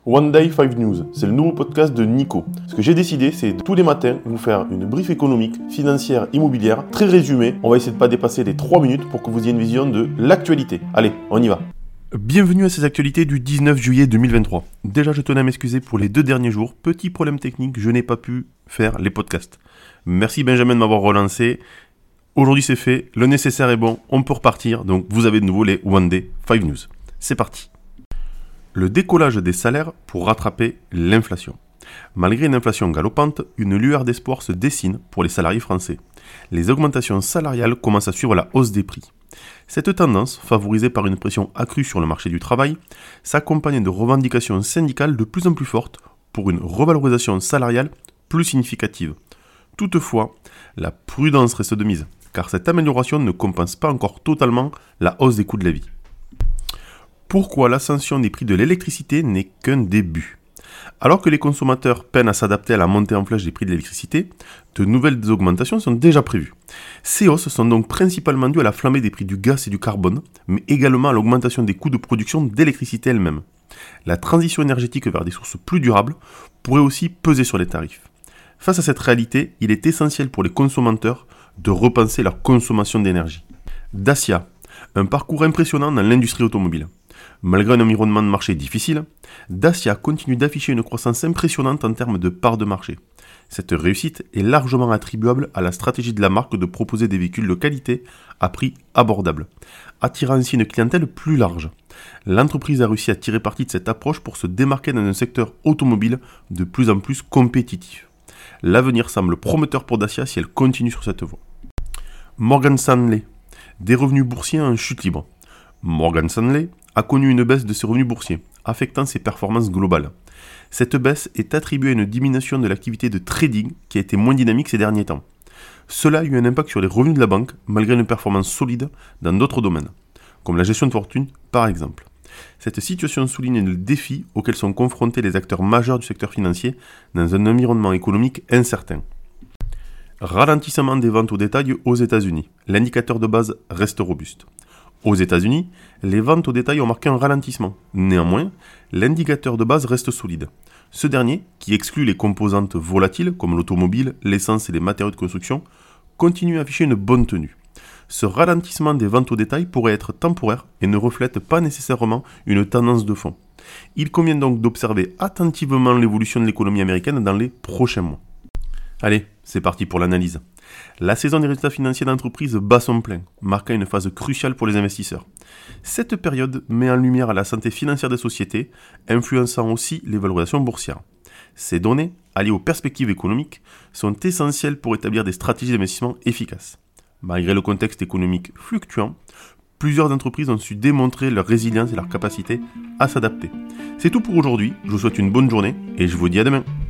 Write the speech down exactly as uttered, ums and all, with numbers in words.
One Day five News, c'est le nouveau podcast de Nico. Ce que j'ai décidé, c'est de tous les matins vous faire une brief économique, financière, immobilière, très résumée. On va essayer de ne pas dépasser les trois minutes pour que vous ayez une vision de l'actualité. Allez, on y va. Bienvenue à ces actualités du dix-neuf juillet deux mille vingt-trois. Déjà, je tenais à m'excuser pour les deux derniers jours. Petit problème technique, je n'ai pas pu faire les podcasts. Merci Benjamin de m'avoir relancé. Aujourd'hui c'est fait, le nécessaire est bon, on peut repartir. Donc vous avez de nouveau les One Day five News. C'est parti. Le décollage des salaires pour rattraper l'inflation. Malgré une inflation galopante, une lueur d'espoir se dessine pour les salariés français. Les augmentations salariales commencent à suivre la hausse des prix. Cette tendance, favorisée par une pression accrue sur le marché du travail, s'accompagne de revendications syndicales de plus en plus fortes pour une revalorisation salariale plus significative. Toutefois, la prudence reste de mise, car cette amélioration ne compense pas encore totalement la hausse des coûts de la vie. Pourquoi l'ascension des prix de l'électricité n'est qu'un début ? Alors que les consommateurs peinent à s'adapter à la montée en flèche des prix de l'électricité, de nouvelles augmentations sont déjà prévues. Ces hausses sont donc principalement dues à la flambée des prix du gaz et du carbone, mais également à l'augmentation des coûts de production d'électricité elle-même. La transition énergétique vers des sources plus durables pourrait aussi peser sur les tarifs. Face à cette réalité, il est essentiel pour les consommateurs de repenser leur consommation d'énergie. Dacia, un parcours impressionnant dans l'industrie automobile. Malgré un environnement de marché difficile, Dacia continue d'afficher une croissance impressionnante en termes de part de marché. Cette réussite est largement attribuable à la stratégie de la marque de proposer des véhicules de qualité à prix abordable, attirant ainsi une clientèle plus large. L'entreprise a réussi à tirer parti de cette approche pour se démarquer dans un secteur automobile de plus en plus compétitif. L'avenir semble prometteur pour Dacia si elle continue sur cette voie. Morgan Stanley, des revenus boursiers en chute libre. Morgan Stanley a connu une baisse de ses revenus boursiers, affectant ses performances globales. Cette baisse est attribuée à une diminution de l'activité de trading qui a été moins dynamique ces derniers temps. Cela a eu un impact sur les revenus de la banque, malgré une performance solide dans d'autres domaines, comme la gestion de fortune par exemple. Cette situation souligne le défi auquel sont confrontés les acteurs majeurs du secteur financier dans un environnement économique incertain. Ralentissement des ventes au détail aux États-Unis. L'indicateur de base reste robuste. Aux États-Unis, les ventes au détail ont marqué un ralentissement. Néanmoins, l'indicateur de base reste solide. Ce dernier, qui exclut les composantes volatiles comme l'automobile, l'essence et les matériaux de construction, continue à afficher une bonne tenue. Ce ralentissement des ventes au détail pourrait être temporaire et ne reflète pas nécessairement une tendance de fond. Il convient donc d'observer attentivement l'évolution de l'économie américaine dans les prochains mois. Allez, c'est parti pour l'analyse. La saison des résultats financiers d'entreprise bat son plein, marquant une phase cruciale pour les investisseurs. Cette période met en lumière la santé financière des sociétés, influençant aussi les valorisations boursières. Ces données, alliées aux perspectives économiques, sont essentielles pour établir des stratégies d'investissement efficaces. Malgré le contexte économique fluctuant, plusieurs entreprises ont su démontrer leur résilience et leur capacité à s'adapter. C'est tout pour aujourd'hui, je vous souhaite une bonne journée et je vous dis à demain.